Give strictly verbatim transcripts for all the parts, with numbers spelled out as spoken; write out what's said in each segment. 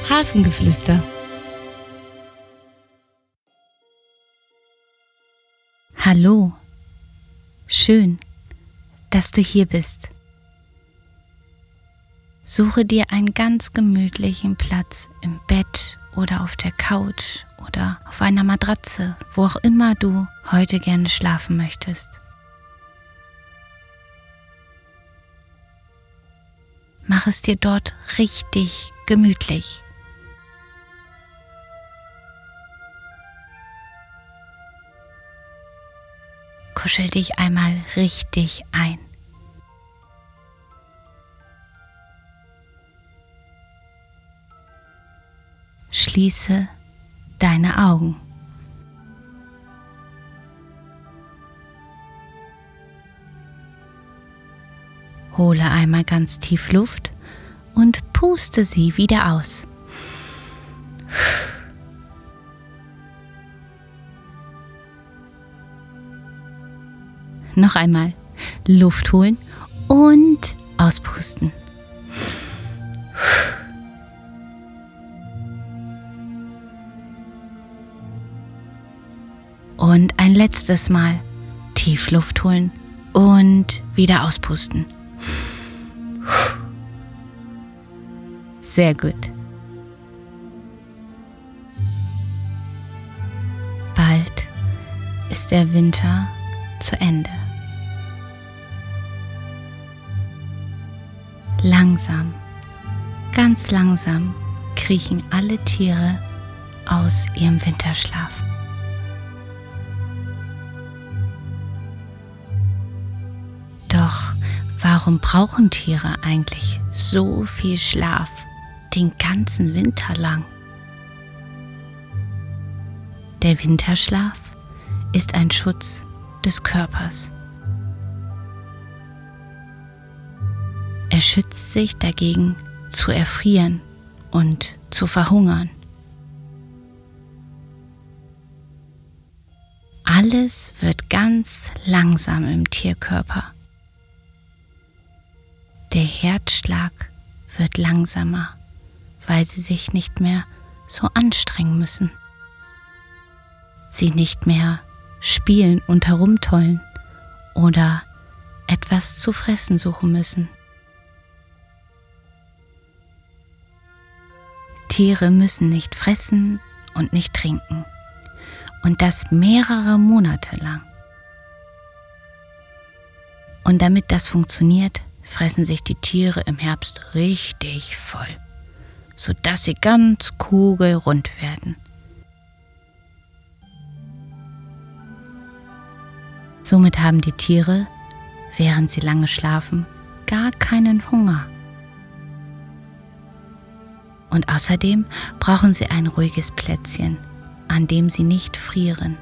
Hafengeflüster. Hallo, schön, dass du hier bist. Suche dir einen ganz gemütlichen Platz im Bett oder auf der Couch oder auf einer Matratze, wo auch immer du heute gerne schlafen möchtest. Mach es dir dort richtig gemütlich. Kuschel dich einmal richtig ein. Schließe deine Augen. Hole einmal ganz tief Luft und puste sie wieder aus. Noch einmal Luft holen und auspusten. Und ein letztes Mal tief Luft holen und wieder auspusten. Sehr gut. Bald ist der Winter zu Ende. Langsam, ganz langsam kriechen alle Tiere aus ihrem Winterschlaf. Doch warum brauchen Tiere eigentlich so viel Schlaf den ganzen Winter lang? Der Winterschlaf ist ein Schutz des Körpers. Er schützt sich dagegen, zu erfrieren und zu verhungern. Alles wird ganz langsam im Tierkörper. Der Herzschlag wird langsamer, weil sie sich nicht mehr so anstrengen müssen. Sie nicht mehr spielen und herumtollen oder etwas zu fressen suchen müssen. Tiere müssen nicht fressen und nicht trinken. Und das mehrere Monate lang. Und damit das funktioniert, fressen sich die Tiere im Herbst richtig voll, sodass sie ganz kugelrund werden. Somit haben die Tiere, während sie lange schlafen, gar keinen Hunger. Und außerdem brauchen sie ein ruhiges Plätzchen, an dem sie nicht frieren.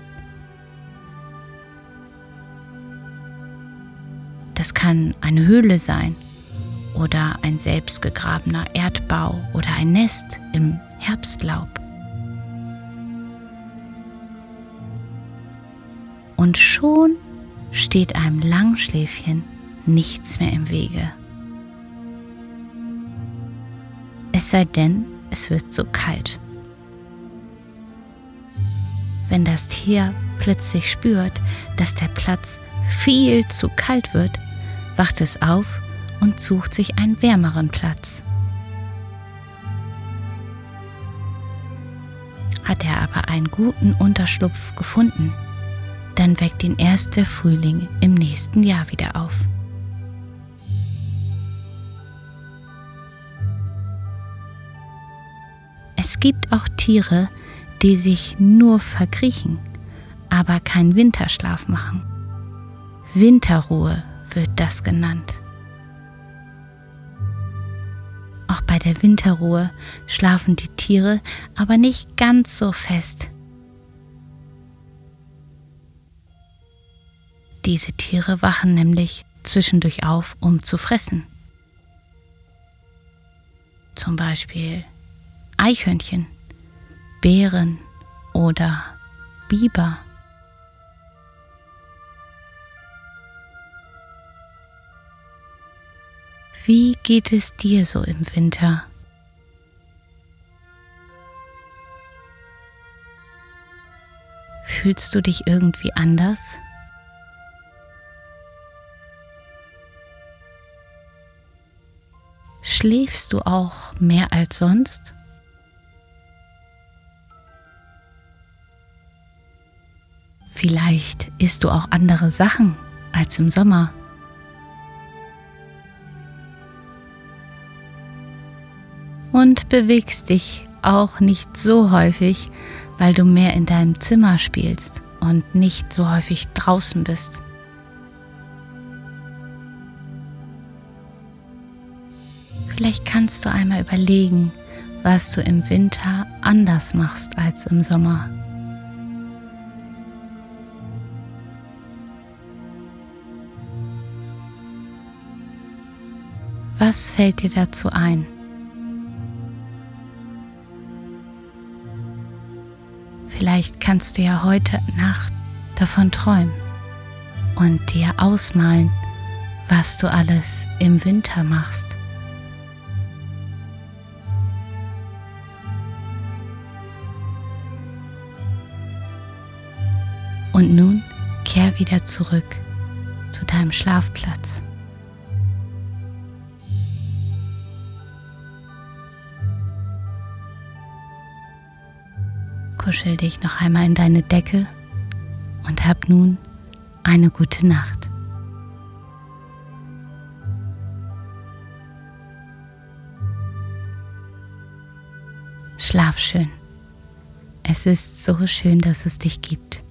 Das kann eine Höhle sein oder ein selbstgegrabener Erdbau oder ein Nest im Herbstlaub. Und schon steht einem Langschläfchen nichts mehr im Wege. Es sei denn, es wird so kalt. Wenn das Tier plötzlich spürt, dass der Platz viel zu kalt wird, wacht es auf und sucht sich einen wärmeren Platz. Hat er aber einen guten Unterschlupf gefunden, dann weckt ihn erst der Frühling im nächsten Jahr wieder auf. Es gibt auch Tiere, die sich nur verkriechen, aber keinen Winterschlaf machen. Winterruhe wird das genannt. Auch bei der Winterruhe schlafen die Tiere aber nicht ganz so fest. Diese Tiere wachen nämlich zwischendurch auf, um zu fressen. Zum Beispiel Eichhörnchen, Bären oder Biber. Wie geht es dir so im Winter? Fühlst du dich irgendwie anders? Schläfst du auch mehr als sonst? Vielleicht isst du auch andere Sachen als im Sommer. Und bewegst dich auch nicht so häufig, weil du mehr in deinem Zimmer spielst und nicht so häufig draußen bist. Vielleicht kannst du einmal überlegen, was du im Winter anders machst als im Sommer. Was fällt dir dazu ein? Vielleicht kannst du ja heute Nacht davon träumen und dir ausmalen, was du alles im Winter machst. Und nun kehr wieder zurück zu deinem Schlafplatz. Kuschel dich noch einmal in deine Decke und hab nun eine gute Nacht. Schlaf schön. Es ist so schön, dass es dich gibt.